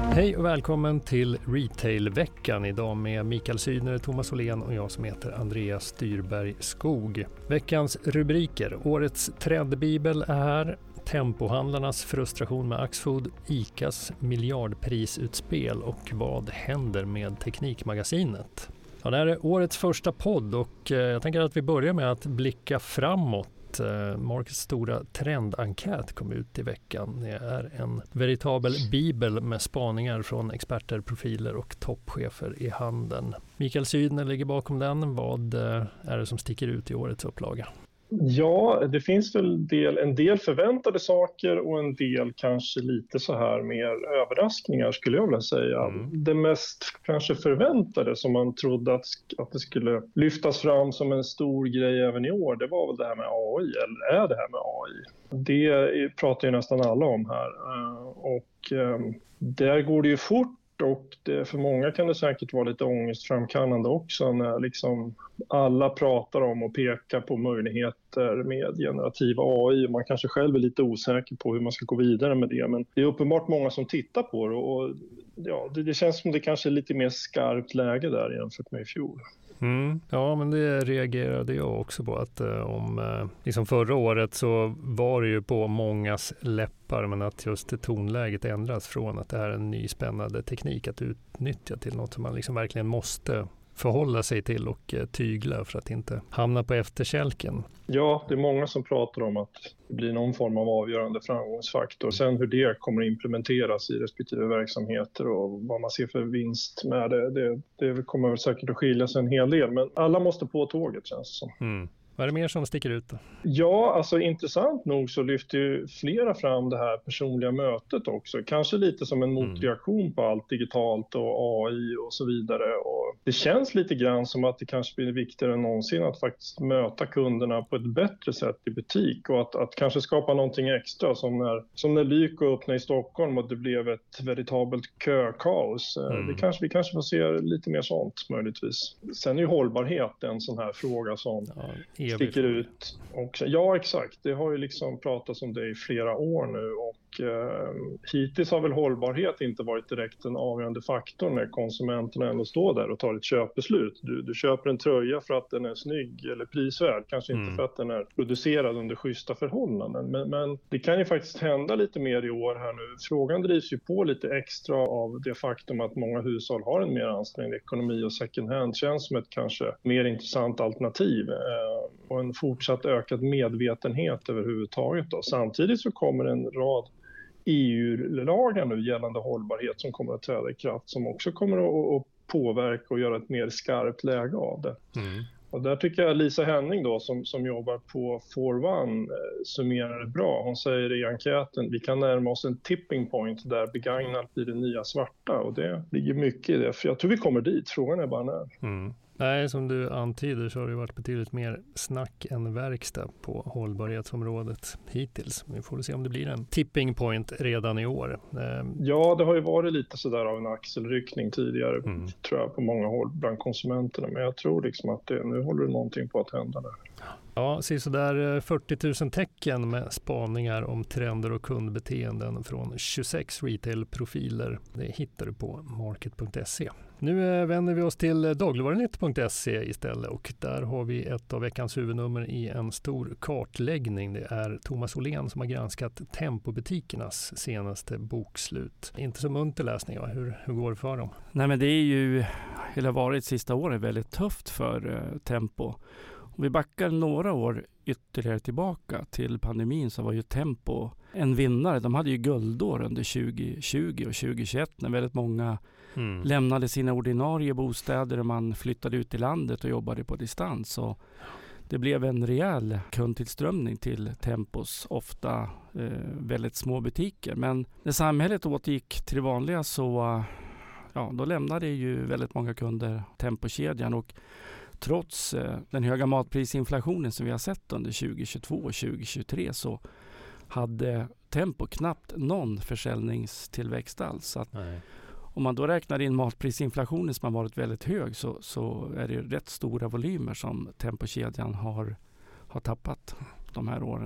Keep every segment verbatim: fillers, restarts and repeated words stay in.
Hej och välkommen till Retail-veckan idag med Mikael Sydner, Thomas Åhlén och jag som heter Andreas Styrberg Skog. Veckans rubriker. Årets trendbibel är här. Tempohandlarnas frustration med Axfood, ICAs miljardprisutspel och vad händer med Teknikmagasinet? Ja, det här är årets första podd och jag tänker att vi börjar med att blicka framåt. Markets stora trendenkät kom ut i veckan. Det är en veritabel bibel med spaningar från experter, profiler och toppchefer i handeln. Mikael Sydner ligger bakom den. Vad är det som sticker ut i årets upplaga? Ja, det finns väl del, en del förväntade saker och en del kanske lite så här mer överraskningar skulle jag vilja säga. Mm. Det mest kanske förväntade som man trodde att, att det skulle lyftas fram som en stor grej även i år, det var väl det här med A I, eller är det här med A I? Det pratar ju nästan alla om här och där går det ju fort. Och det, för många kan det säkert vara lite ångestframkallande också när liksom alla pratar om och pekar på möjligheter med generativ A I. Man kanske själv är lite osäker på hur man ska gå vidare med det. Men det är uppenbart många som tittar på det och ja, det, det känns som det kanske är lite mer skarpt läge där jämfört med i fjol. Mm. Ja, men det reagerade jag också på att eh, om eh, liksom förra året så var det ju på mångas läppar, men att just tonläget ändras från att det här är en ny spännande teknik att utnyttja till något som man liksom verkligen måste förhålla sig till och eh, tygla för att inte hamna på efterkälken. Ja, det är många som pratar om att det blir någon form av avgörande framgångsfaktor. Sen hur det kommer implementeras i respektive verksamheter och vad man ser för vinst med det, det, det kommer väl säkert att skilja sig en hel del. Men alla måste på tåget, känns det som. Mm. Vad är det mer som sticker ut då? Ja, alltså intressant nog så lyfter ju flera fram det här personliga mötet också. Kanske lite som en motreaktion mm. på allt digitalt och A I och så vidare. Och det känns lite grann som att det kanske blir viktigare än någonsin att faktiskt möta kunderna på ett bättre sätt i butik. Och att, att kanske skapa någonting extra som när, som när Lyko öppnade i Stockholm och det blev ett veritabelt kökaos. Mm. Det kanske, vi kanske får se lite mer sånt möjligtvis. Sen är ju hållbarhet en sån här fråga som... Ja. sticker ut också. Ja, exakt. Det har ju liksom pratats om det i flera år nu och eh, hittills har väl hållbarhet inte varit direkt en avgörande faktor när konsumenterna ändå står där och tar ett köpbeslut. Du, du köper en tröja för att den är snygg eller prisvärd, kanske inte mm. för att den är producerad under schyssta förhållanden. Men, men det kan ju faktiskt hända lite mer i år här nu. Frågan drivs ju på lite extra av det faktum att många hushåll har en mer ansträngd ekonomi och second hand känns som ett kanske mer intressant alternativ. Eh, och en fortsatt ökad medvetenhet överhuvudtaget då. Samtidigt så kommer en rad E U-lagar nu gällande hållbarhet som kommer att träda i kraft som också kommer att påverka och göra ett mer skarpt läge av det. Mm. Och där tycker jag Lisa Henning då som, som jobbar på four one eh, summerar det bra. Hon säger i enkäten vi kan närma oss en tipping point där begagnat blir det nya svarta och det ligger mycket i det. För jag tror vi kommer dit, frågan är bara när. Mm. Nej, som du antyder så har det varit betydligt mer snack än verkstad på hållbarhetsområdet hittills. Vi får se om det blir en tipping point redan i år. Ja, det har ju varit lite sådär av en axelryckning tidigare mm. tror jag på många håll bland konsumenterna. Men jag tror liksom att det, nu håller det någonting på att hända där. Ja, så sådär fyrtio tusen tecken med spaningar om trender och kundbeteenden från tjugosex retailprofiler. Det hittar du på market punkt se. Nu vänder vi oss till dagligvarunytt punkt se istället och där har vi ett av veckans huvudnummer i en stor kartläggning. Det är Thomas Åhlén som har granskat Tempobutikernas senaste bokslut. Inte så munter läsning, va? Hur, hur går det för dem? Nej, men det är ju hela varit sista året väldigt tufft för uh, Tempo. Om vi backar några år ytterligare tillbaka till pandemin så var ju Tempo en vinnare. De hade ju guldår under tjugo tjugo och tjugo tjugoett när väldigt många mm. lämnade sina ordinarie bostäder och man flyttade ut i landet och jobbade på distans. Och det blev en rejäl kundtillströmning till Tempos ofta eh, väldigt små butiker. Men när samhället återgick till det vanliga så ja, då lämnade ju väldigt många kunder Tempokedjan och trots eh, den höga matprisinflationen som vi har sett under tjugo tjugotvå och tjugo tjugotre så hade Tempo knappt någon försäljningstillväxt alls. Så att om man då räknar in matprisinflationen som har varit väldigt hög så, så är det rätt stora volymer som Tempokedjan har, har tappat de här åren.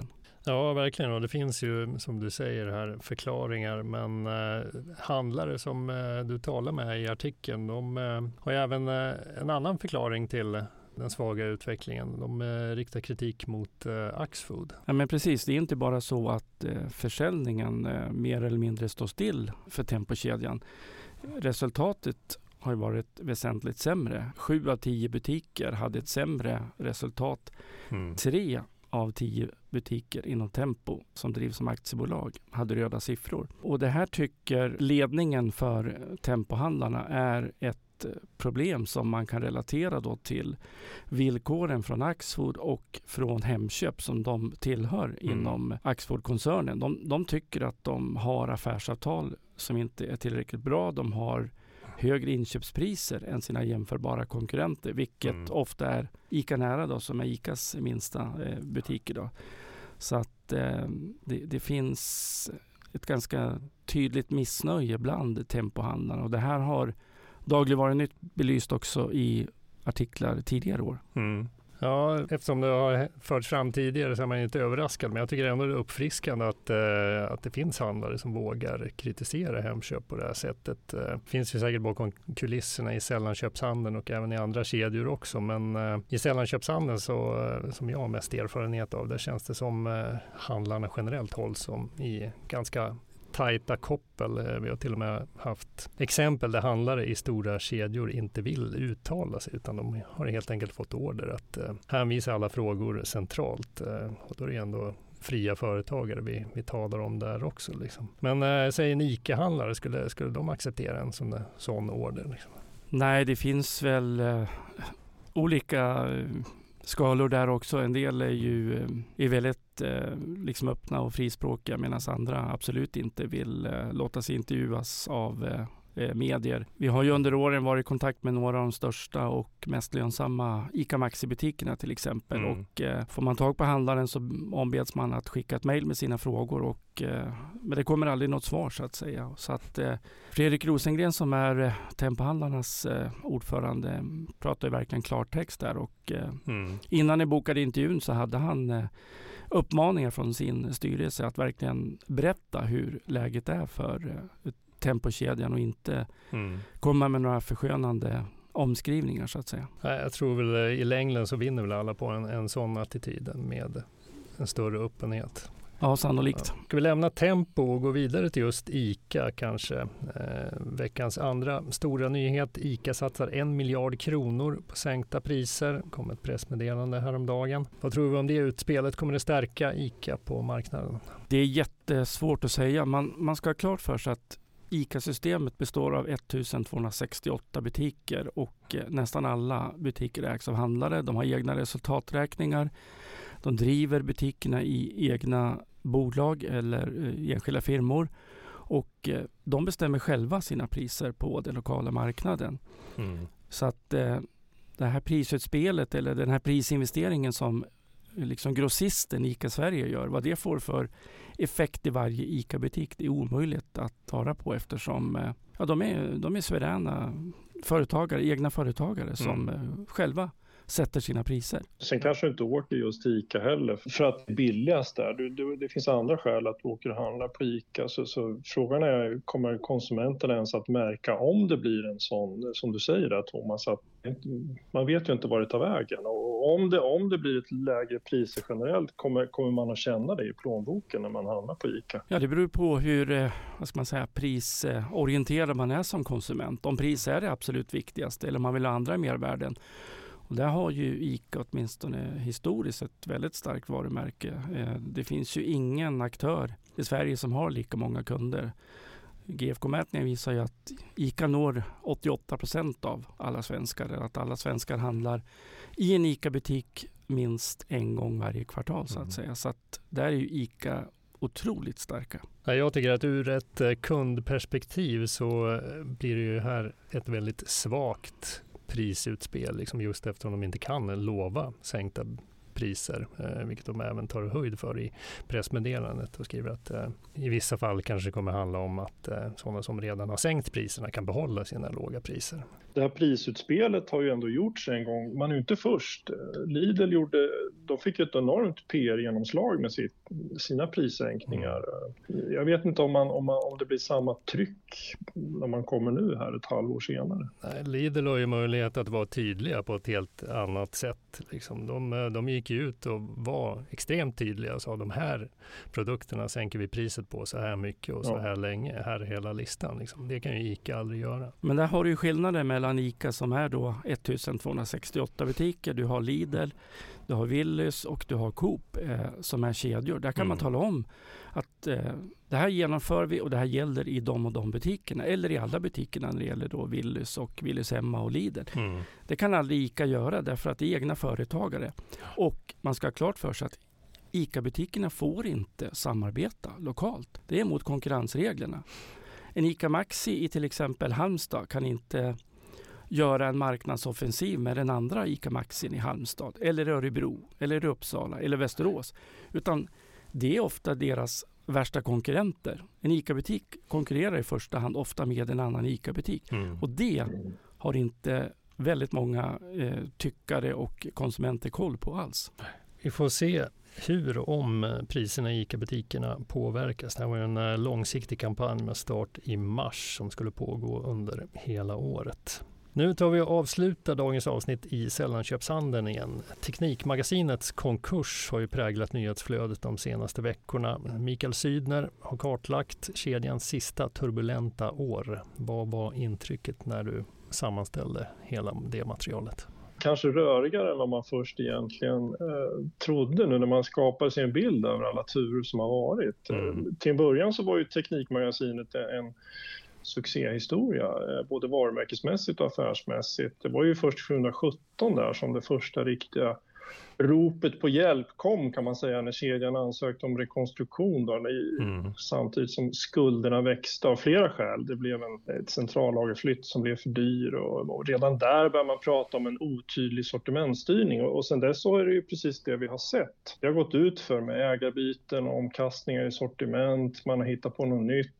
Ja, verkligen. Och det finns ju, som du säger här, förklaringar. Men eh, handlare som eh, du talar med i artikeln, de eh, har ju även eh, en annan förklaring till den svaga utvecklingen. De eh, riktar kritik mot eh, Axfood. Ja, men precis, det är inte bara så att eh, försäljningen eh, mer eller mindre står still för Tempokedjan. Resultatet har ju varit väsentligt sämre. Sju av tio butiker hade ett sämre resultat. Mm. Tre av tio butiker inom Tempo som drivs som aktiebolag hade röda siffror. Och det här tycker ledningen för Tempohandlarna är ett problem som man kan relatera då till villkoren från Axfood och från Hemköp som de tillhör mm. inom Axfood-koncernen. De, de tycker att de har affärsavtal som inte är tillräckligt bra. De har högre inköpspriser än sina jämförbara konkurrenter, vilket mm. ofta är ICA Nära då, som är ICAs minsta eh, butiker då. Så att eh, det, det finns ett ganska tydligt missnöje bland Tempohandlarna, och det här har Dagligvarunytt belyst också i artiklar tidigare år. Mm. Ja, eftersom det har förts fram tidigare så är man inte överraskad, men jag tycker ändå det är uppfriskande att, eh, att det finns handlare som vågar kritisera Hemköp på det här sättet. Det finns ju säkert bakom kulisserna i sällanköpshandeln och även i andra kedjor också, men eh, i sällanköpshandeln så, eh, som jag har mest erfarenhet av, det känns det som eh, handlarna generellt hålls som i ganska tajta koppel. Vi har till och med haft exempel där handlare i stora kedjor inte vill uttala sig, utan de har helt enkelt fått order att eh, hänvisa alla frågor centralt. Eh, och då är det ändå fria företagare vi, vi talar om där också. Liksom. Men eh, säg en ICA-handlare, skulle, skulle de acceptera en sån, sån order? Liksom? Nej, det finns väl eh, olika eh, skalor där också. En del är ju eh, är väldigt eh, liksom öppna och frispråkiga, medan andra absolut inte vill eh, låta sig intervjuas av eh, medier. Vi har ju under åren varit i kontakt med några av de största och mest lönsamma ICA Maxi-butikerna till exempel. Mm. Och eh, får man tag på handlaren så ombeds man att skicka ett mejl med sina frågor, och, eh, men det kommer aldrig något svar så att säga. Så att eh, Fredrik Rosengren som är eh, Tempohandlarnas eh, ordförande pratar ju verkligen klartext där, och eh, mm. innan ni bokade intervjun så hade han eh, uppmaningar från sin styrelse att verkligen berätta hur läget är för eh, Tempokedjan och inte mm. komma med några förskönande omskrivningar så att säga. Jag tror väl i längden så vinner väl alla på en, en sån attityd med en större öppenhet. Ja, sannolikt. Ja. Ska vi lämna Tempo och gå vidare till just ICA kanske? Eh, veckans andra stora nyhet. ICA satsar en miljard kronor på sänkta priser. Det kom ett pressmeddelande häromdagen. Vad tror vi om det utspelet? Kommer det stärka ICA på marknaden? Det är jättesvårt att säga. Man, man ska ha klart för sig att ICA-systemet består av ettusentvåhundrasextioåtta butiker, och nästan alla butiker ägs av handlare. De har egna resultaträkningar. De driver butikerna i egna bolag eller enskilda firmor, och de bestämmer själva sina priser på den lokala marknaden. Mm. Så att det här prisutspelet eller den här prisinvesteringen som liksom grossisten ICA Sverige gör, vad det får för effekt i varje ICA-butik, det är omöjligt att ta på, eftersom ja, de är, de är suveräna företagare, egna företagare som mm. själva sätter sina priser. Sen kanske du inte åker just till ICA heller för att det är billigast där. Du, du, det finns andra skäl att du åker och handlar på ICA. Så, så frågan är, kommer konsumenterna ens att märka om det blir en sån, som du säger där Thomas, att man vet ju inte var det tar vägen. Och om det, om det blir ett lägre priser generellt, kommer, kommer man att känna det i plånboken när man handlar på ICA? Ja, det beror på hur, vad ska man säga, prisorienterad man är som konsument. Om pris är det absolut viktigaste, eller om man vill ha andra mervärden. Och där har ju ICA åtminstone historiskt ett väldigt starkt varumärke. Det finns ju ingen aktör i Sverige som har lika många kunder. G F K-mätningen visar ju att ICA når åttioåtta procent av alla svenskar. Att alla svenskar handlar i en ICA-butik minst en gång varje kvartal så att säga. Så att där är ju ICA otroligt starka. Jag tycker att ur ett kundperspektiv så blir det ju här ett väldigt svagt prisutspel, liksom just eftersom de inte kan lova sänkta priser, eh, vilket de även tar höjd för i pressmeddelandet och skriver att eh, i vissa fall kanske det kommer handla om att eh, sådana som redan har sänkt priserna kan behålla sina låga priser. Det här prisutspelet har ju ändå gjorts en gång. Man är ju inte först. Lidl gjorde, de fick ett enormt P R-genomslag med sitt, sina prissänkningar. Mm. Jag vet inte om, man, om, man, om det blir samma tryck när man kommer nu här ett halvår senare. Nej, Lidl har ju möjlighet att vara tydliga på ett helt annat sätt. Liksom. De, de gick ut och var extremt tydliga och sa de här produkterna sänker vi priset på så här mycket och så här ja. länge. Här är hela listan. Liksom. Det kan ju ICA aldrig göra. Men där har du ju skillnader mellan ICA som är då ettusentvåhundrasextioåtta butiker. Du har Lidl, du har Willys och du har Coop eh, som är kedjor. Där kan mm. man tala om att eh, det här genomför vi och det här gäller i de och de butikerna. Eller i alla butikerna när det gäller då Willys och Willys Hemma och Lidl. Mm. Det kan aldrig ICA göra därför att det är egna företagare. Och man ska ha klart för sig att ICA-butikerna får inte samarbeta lokalt. Det är mot konkurrensreglerna. En ICA Maxi i till exempel Halmstad kan inte göra en marknadsoffensiv med den andra ICA Maxin i Halmstad eller Örebro eller Uppsala eller Västerås. Utan det är ofta deras värsta konkurrenter. En ICA-butik konkurrerar i första hand ofta med en annan ICA-butik. Mm. Och det har inte väldigt många eh, tyckare och konsumenter koll på alls. Vi får se hur och om priserna i ICA-butikerna påverkas. Det här var en långsiktig kampanj med start i mars som skulle pågå under hela året. Nu tar vi och avslutar dagens avsnitt i Sällanköpshandeln igen. Teknikmagasinets konkurs har ju präglat nyhetsflödet de senaste veckorna. Mikael Sydner har kartlagt kedjans sista turbulenta år. Vad var intrycket när du sammanställde hela det materialet? Kanske rörigare än vad man först egentligen eh, trodde nu när man skapade sig en bild över alla turer som har varit. Mm. Till en början så var ju Teknikmagasinet en succéhistoria, eh, både varumärkesmässigt och affärsmässigt. Det var ju först tjugohundrasjutton där som det första riktiga ropet på hjälp kom, kan man säga, när kedjan ansökte om rekonstruktion då, mm. samtidigt som skulderna växte av flera skäl. Det blev en ett centrallagerflytt som blev för dyr och, och redan där började man prata om en otydlig sortimentstyrning och, och sen dess så är det ju precis det vi har sett. Det har gått ut för med ägarbyten och omkastningar i sortiment, man har hittat på något nytt,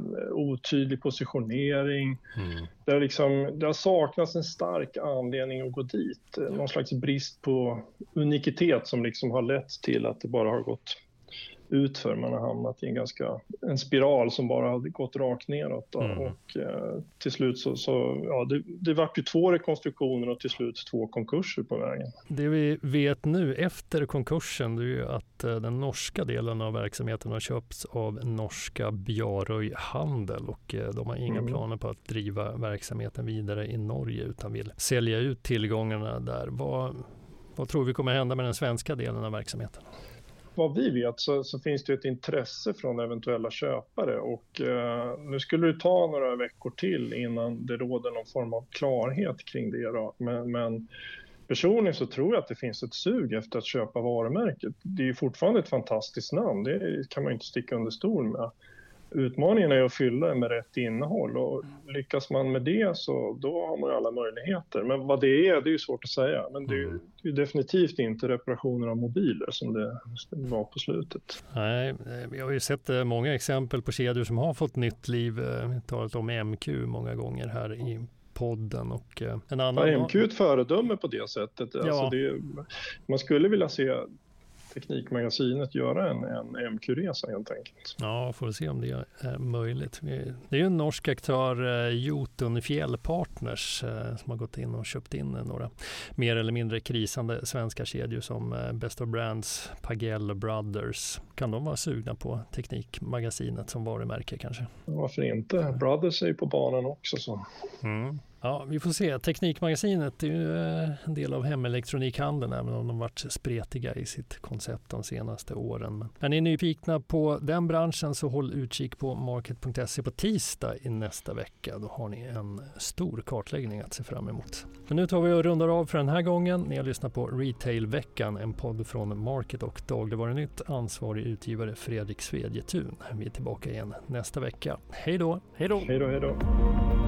otydlig positionering. Mm. Det, har liksom, det har saknats en stark anledning att gå dit. Någon slags brist på unikitet som liksom har lett till att det bara har gått utför. Man har hamnat i en ganska en spiral som bara har gått rakt neråt. Mm. Och eh, till slut så, så ja, det, det var ju två rekonstruktioner och till slut två konkurser på vägen. Det vi vet nu efter konkursen är ju att eh, den norska delen av verksamheten har köpts av norska Bjarøy Handel och eh, de har inga mm. planer på att driva verksamheten vidare i Norge utan vill sälja ut tillgångarna där. Vad, vad tror vi kommer hända med den svenska delen av verksamheten? Vad vi vet så, så finns det ett intresse från eventuella köpare och eh, nu skulle det ta några veckor till innan det råder någon form av klarhet kring det då. Men, men personligen så tror jag att det finns ett sug efter att köpa varumärket. Det är ju fortfarande ett fantastiskt namn, det kan man inte sticka under stol med. Utmaningen är att fylla det med rätt innehåll och lyckas man med det så då har man alla möjligheter. Men vad det är, det är ju svårt att säga. Men det är ju, det är definitivt inte reparationer av mobiler som det var på slutet. Nej, vi har ju sett många exempel på kedjor som har fått nytt liv. Vi har talat om M Q många gånger här i podden. Och en annan... Ja, M Q är ett föredöme på det sättet. Ja. Alltså det, man skulle vilja se Teknikmagasinet göra en, en M Q-resa helt enkelt. Ja, får vi se om det är möjligt. Det är ju en norsk aktör, Jotun Fjällpartners, som har gått in och köpt in några mer eller mindre krisande svenska kedjor som Best of Brands, Pagell Brothers. Kan de vara sugna på Teknikmagasinet som varumärke kanske? Varför inte? Brothers är ju på banan också så. Mm. Ja, vi får se. Teknikmagasinet är ju en del av hemelektronikhandeln även om de varit spretiga i sitt koncept de senaste åren. Men är ni nyfikna på den branschen så håll utkik på market punkt se på tisdag i nästa vecka. Då har ni en stor kartläggning att se fram emot. Men nu tar vi och rundar av för den här gången. Ni har lyssnat på Retailveckan, en podd från Market och Dagligvarunytt. Ansvarig utgivare Fredrik Svedjetun. Vi är tillbaka igen nästa vecka. Hej då! Hej då! Hej då, hej då!